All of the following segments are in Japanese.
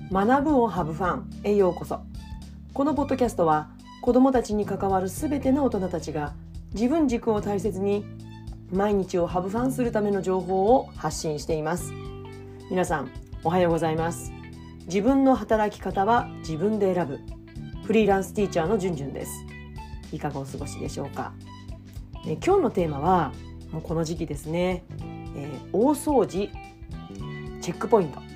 学ぶをハブファンへようこそ。このポッドキャストは子どもたちに関わるすべての大人たちが自分軸を大切に毎日をハブファンするための情報を発信しています。皆さんおはようございます。自分の働き方は自分で選ぶフリーランスティーチャーのじゅんじゅんです。いかがお過ごしでしょうか。今日のテーマはもうこの時期ですね、大掃除チェックポイント、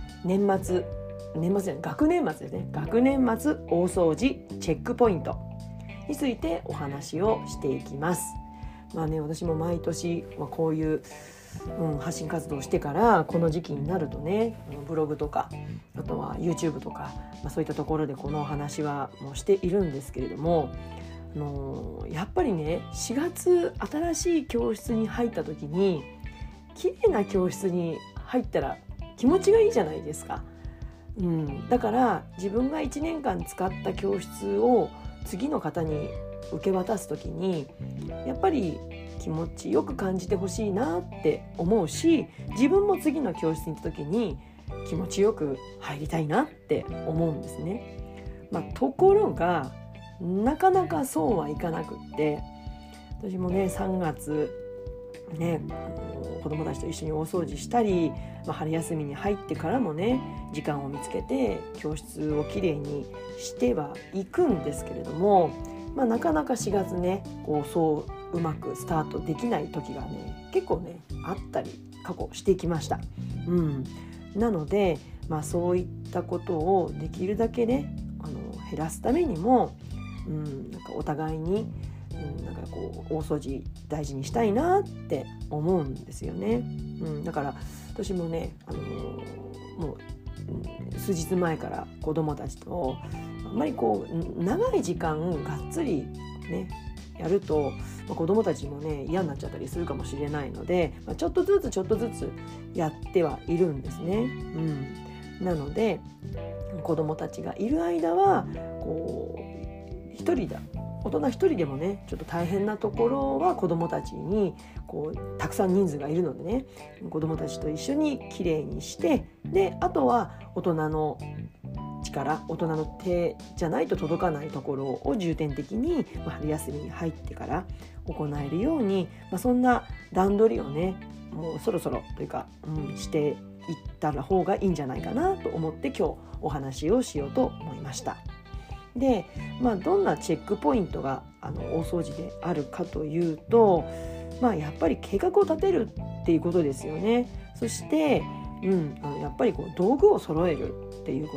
学年末ですね。学年末大掃除チェックポイントについてお話をしていきます。私も毎年、こういう、発信活動をしてからこの時期になるとね、ブログとかあとは YouTube とか、そういったところでこのお話はもうしているんですけれども、やっぱりね、4月新しい教室に入った時に綺麗な教室に入ったら気持ちがいいじゃないですか。だから自分が1年間使った教室を次の方に受け渡す時にやっぱり気持ちよく感じてほしいなって思うし、自分も次の教室に行った時に気持ちよく入りたいなって思うんですね。ところがなかなかそうはいかなくって、私もね3月ね、子どもたちと一緒に大掃除したり、春休みに入ってからもね時間を見つけて教室をきれいにしてはいくんですけれども、なかなか4月ねそううまくスタートできない時がね結構ねあったり過去してきました。なので、そういったことをできるだけね減らすためにも、お互いに大掃除大事にしたいなって思うんですよね。だから私もね、もう数日前から子どもたちとあんまり長い時間がっつりねやると、子どもたちもね嫌になっちゃったりするかもしれないので、ちょっとずつやってはいるんですね。なので子どもたちがいる間は大人一人でもねちょっと大変なところは子どもたちにたくさん人数がいるのでね、子どもたちと一緒にきれいにして、であとは大人の力、大人の手じゃないと届かないところを重点的に春休みに入ってから行えるように、そんな段取りをねもうそろそろというか、していった方がいいんじゃないかなと思って今日お話をしようと思いました。で、どんなチェックポイントが大掃除であるかというと、やっぱり計画を立てるっていうことですよね。そして、やっぱり道具を揃えるっていうこと、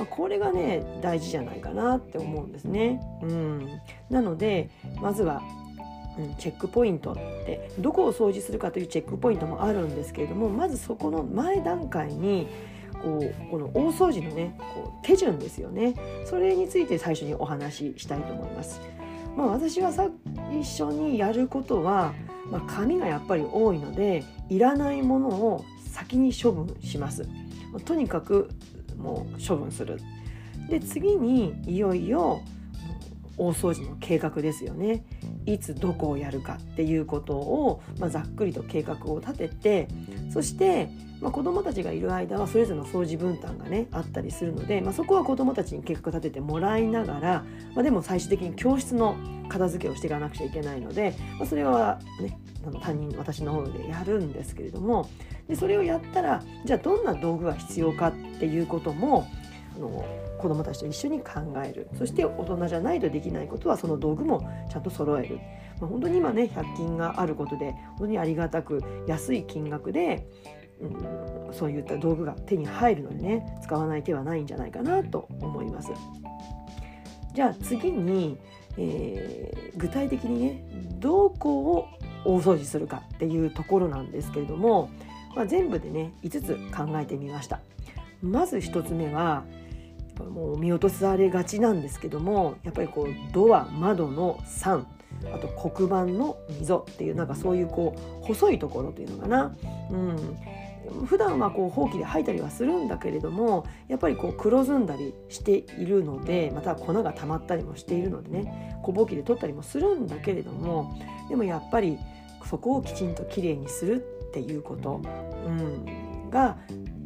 これがね大事じゃないかなって思うんですね。なのでまずは、チェックポイントってどこを掃除するかというチェックポイントもあるんですけれども、まずそこの前段階にこの大掃除のね手順ですよね。それについて最初にお話ししたいと思います。私は最初にやることは、紙がやっぱり多いのでいらないものを先に処分します。とにかくもう処分する。で次にいよいよ大掃除の計画ですよね。いつどこをやるかっていうことを、ざっくりと計画を立てて、そして、子どもたちがいる間はそれぞれの掃除分担がねあったりするので、そこは子どもたちに計画立ててもらいながら、でも最終的に教室の片付けをしていかなくちゃいけないので、それはね私の方でやるんですけれども、でそれをやったらじゃあどんな道具が必要かっていうことも子どもたちと一緒に考える。そして大人じゃないとできないことはその道具もちゃんと揃える。本当に今ね100均があることで本当にありがたく安い金額で、そういった道具が手に入るのでね、使わない手はないんじゃないかなと思います。じゃあ次に、具体的にねどこを大掃除するかっていうところなんですけれども、全部でね5つ考えてみました。まず1つ目はもう見落とされがちなんですけども、やっぱりドア窓の桟、あと黒板の溝っていうそういう細いところというのかな、普段はほうきで掃いたりはするんだけれども、やっぱり黒ずんだりしているので、また粉が溜まったりもしているのでね、小ぼうきで取ったりもするんだけれども、でもやっぱりそこをきちんときれいにするっていうこと、が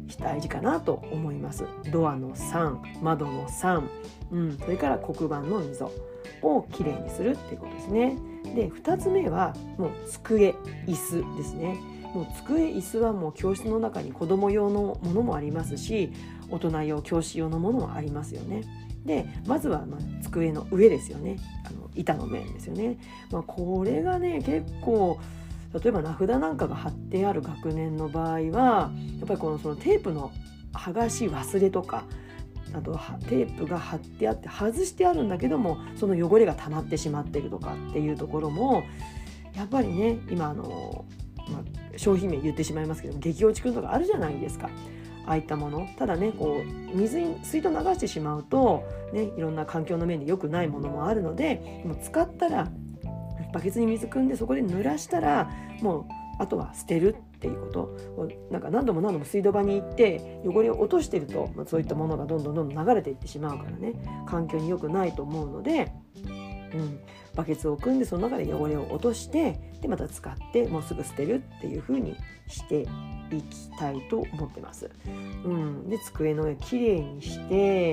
大事かなと思います。ドアの3、窓の3、それから黒板の溝をきれいにするっていうことですね。で2つ目はもう机、椅子ですね。もう机、椅子はもう教室の中に子ども用のものもありますし、大人用、教師用のものもありますよね。でまずは机の上ですよね。板の面ですよね。これがね結構、例えば名札なんかが貼ってある学年の場合はやっぱりそのテープの剥がし忘れとか、あとテープが貼ってあって外してあるんだけどもその汚れが溜まってしまっているとかっていうところもやっぱりね、今商品名言ってしまいますけど激落ちくんとかあるじゃないですか。ああいったもの、ただね水道流してしまうとね、いろんな環境の面で良くないものもあるので、もう使ったらバケツに水汲んでそこで濡らしたらもうあとは捨てるっていうこと。なんか何度も水道場に行って汚れを落としてると、そういったものがどんどん流れていってしまうからね、環境に良くないと思うので、バケツを汲んでその中で汚れを落として、でまた使ってもうすぐ捨てるっていう風にしていきたいと思ってます。で机の上きれいにして、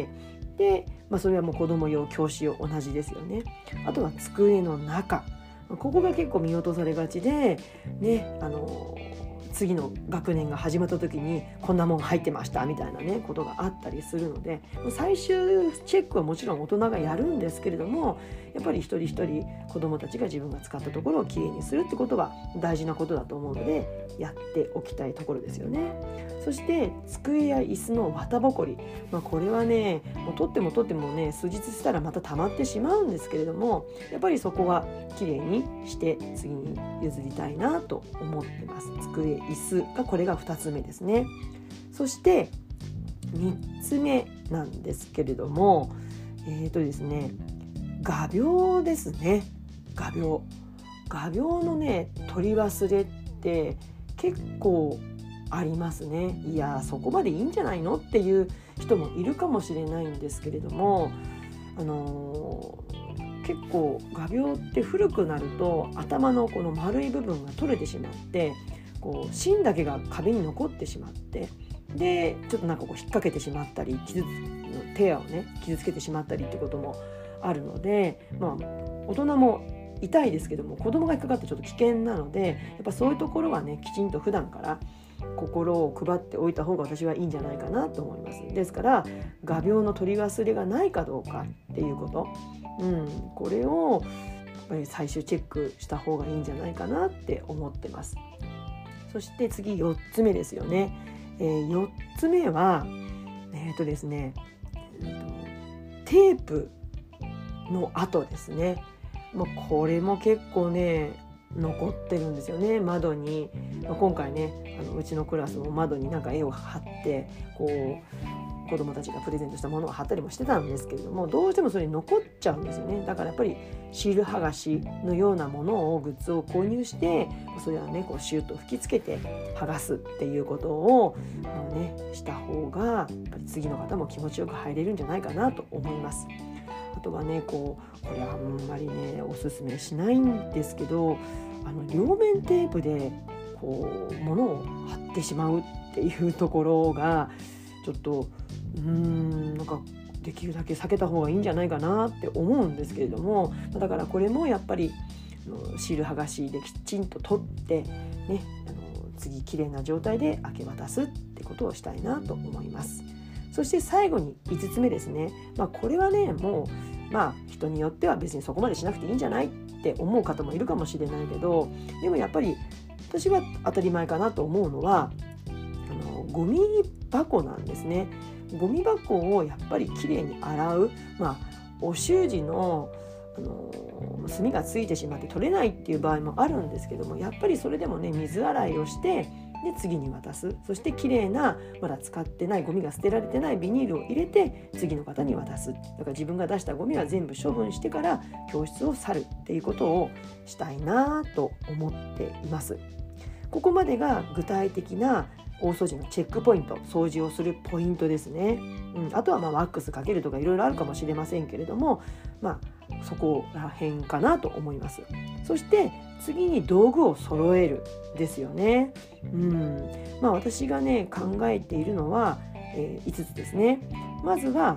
で、それはもう子供用、教師用同じですよね。あとは机の中、ここが結構見落とされがちでね、次の学年が始まった時にこんなもん入ってましたみたいなねことがあったりするので、最終チェックはもちろん大人がやるんですけれども、やっぱり一人一人子どもたちが自分が使ったところをきれいにするってことは大事なことだと思うのでやっておきたいところですよね。そして机や椅子の綿ぼこり、これはねもう取ってもね数日したらまた溜まってしまうんですけれども、やっぱりそこはきれいにして次に譲りたいなと思ってます。机、椅子がこれが2つ目ですね。そして3つ目なんですけれども、ですね、画鋲ですね。画鋲のね取り忘れって結構ありますね。いやそこまでいいんじゃないのっていう人もいるかもしれないんですけれども、結構画鋲って古くなると頭のこの丸い部分が取れてしまって、芯だけが壁に残ってしまって、でちょっと引っ掛けてしまったり手をね傷つけてしまったりってこともあるので、大人も痛いですけども子供が引っかかってちょっと危険なので、やっぱそういうところはねきちんと普段から心を配っておいた方が私はいいんじゃないかなと思います。ですから画鋲の取り忘れがないかどうかっていうこと、これをやっぱり最終チェックした方がいいんじゃないかなって思ってます。そして次4つ目ですよね。4つ目はですね、テープの跡ですね。これも結構ね残ってるんですよね。窓に、今回ねうちのクラスも窓に絵を貼って子どもたちがプレゼントしたものを貼ったりもしてたんですけれども、どうしてもそれ残っちゃうんですよね。だからやっぱりシール剥がしのようなものをグッズを購入して、それはねシューッと吹きつけて剥がすっていうことをした方がやっぱり次の方も気持ちよく入れるんじゃないかなと思います。あとはねこれはあんまりねおすすめしないんですけど、両面テープで物を貼ってしまうっていうところがちょっとできるだけ避けた方がいいんじゃないかなって思うんですけれども、だからこれもやっぱりシール剥がしできちんと取ってね、次きれいな状態で明け渡すってことをしたいなと思います。そして最後に5つ目ですね。これはねもう人によっては別にそこまでしなくていいんじゃないって思う方もいるかもしれないけど、でもやっぱり私は当たり前かなと思うのはゴミ箱なんですね。ゴミ箱をやっぱりきれいに洗う、お習字の墨がついてしまって取れないっていう場合もあるんですけども、やっぱりそれでもね水洗いをしてで次に渡す。そしてきれいなまだ使ってないゴミが捨てられてないビニールを入れて次の方に渡す。だから自分が出したゴミは全部処分してから教室を去るっていうことをしたいなと思っています。ここまでが具体的な大掃除のチェックポイント、掃除をするポイントですね。あとはワックスかけるとかいろいろあるかもしれませんけれども、そこら辺かなと思います。そして次に道具を揃えるですよね。私がね考えているのは、5つですね。まずは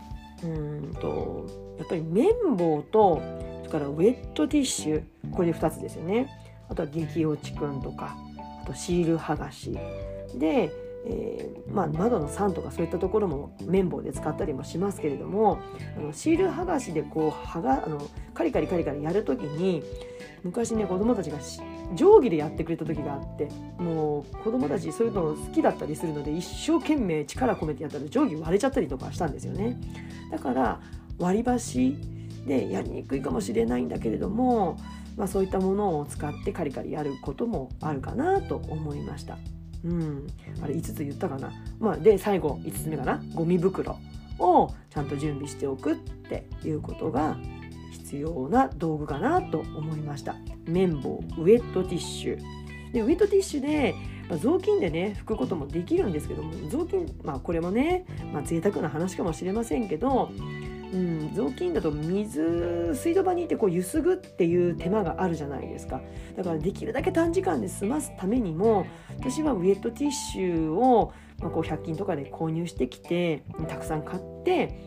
やっぱり綿棒と、それからウェットティッシュ、これで2つですよね。あとは激落ちくんとか、あとシール剥がしで、窓の桟とかそういったところも綿棒で使ったりもしますけれども、シール剥がしでこうカリカリやるときに、昔ね子供たちが定規でやってくれた時があって、もう子供たちそういうの好きだったりするので、一生懸命力込めてやったら定規割れちゃったりとかしたんですよね。だから割り箸でやりにくいかもしれないんだけれども、そういったものを使ってカリカリやることもあるかなと思いました。あれ5つ言ったかな。で最後5つ目かな、ゴミ袋をちゃんと準備しておくっていうことが必要な道具かなと思いました。綿棒、ウェットティッシュで、ウェットティッシュで雑巾でね拭くこともできるんですけども、雑巾これもね、贅沢な話かもしれませんけど、雑巾だと水道場にいてこうゆすぐっていう手間があるじゃないですか。だからできるだけ短時間で済ますためにも、私はウェットティッシュを100均とかで購入してきて、たくさん買って、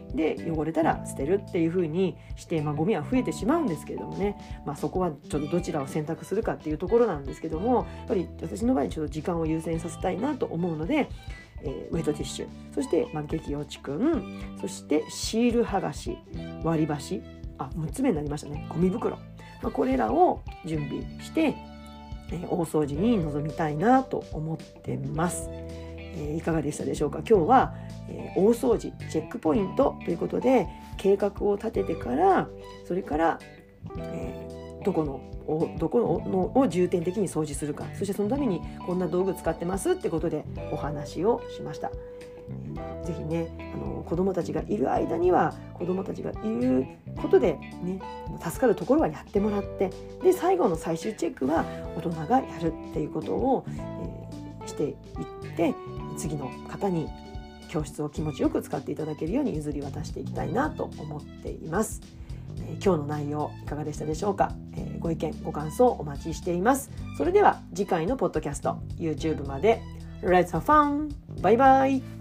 で汚れたら捨てるっていう風にして、ゴミは増えてしまうんですけれどもね、そこはちょっとどちらを選択するかっていうところなんですけども、やっぱり私の場合ちょっと時間を優先させたいなと思うので、ウェットティッシュ、そして激落ちくん、そしてシール剥がし、割り箸、6つ目になりましたね、ゴミ袋、これらを準備して、大掃除に臨みたいなと思ってます。いかがでしたでしょうか。今日は、大掃除チェックポイントということで、計画を立ててから、それから、どこのを重点的に掃除するか、そしてそのためにこんな道具使ってますってことでお話をしました。ぜひね、子どもたちがいる間には子どもたちがいることでね、助かるところはやってもらって、で最後の最終チェックは大人がやるっていうことを、していって、次の方に教室を気持ちよく使っていただけるように譲り渡していきたいなと思っています。今日の内容いかがでしたでしょうか。ご意見ご感想お待ちしています。それでは次回のポッドキャスト YouTube まで Let's have fun! バイバイ。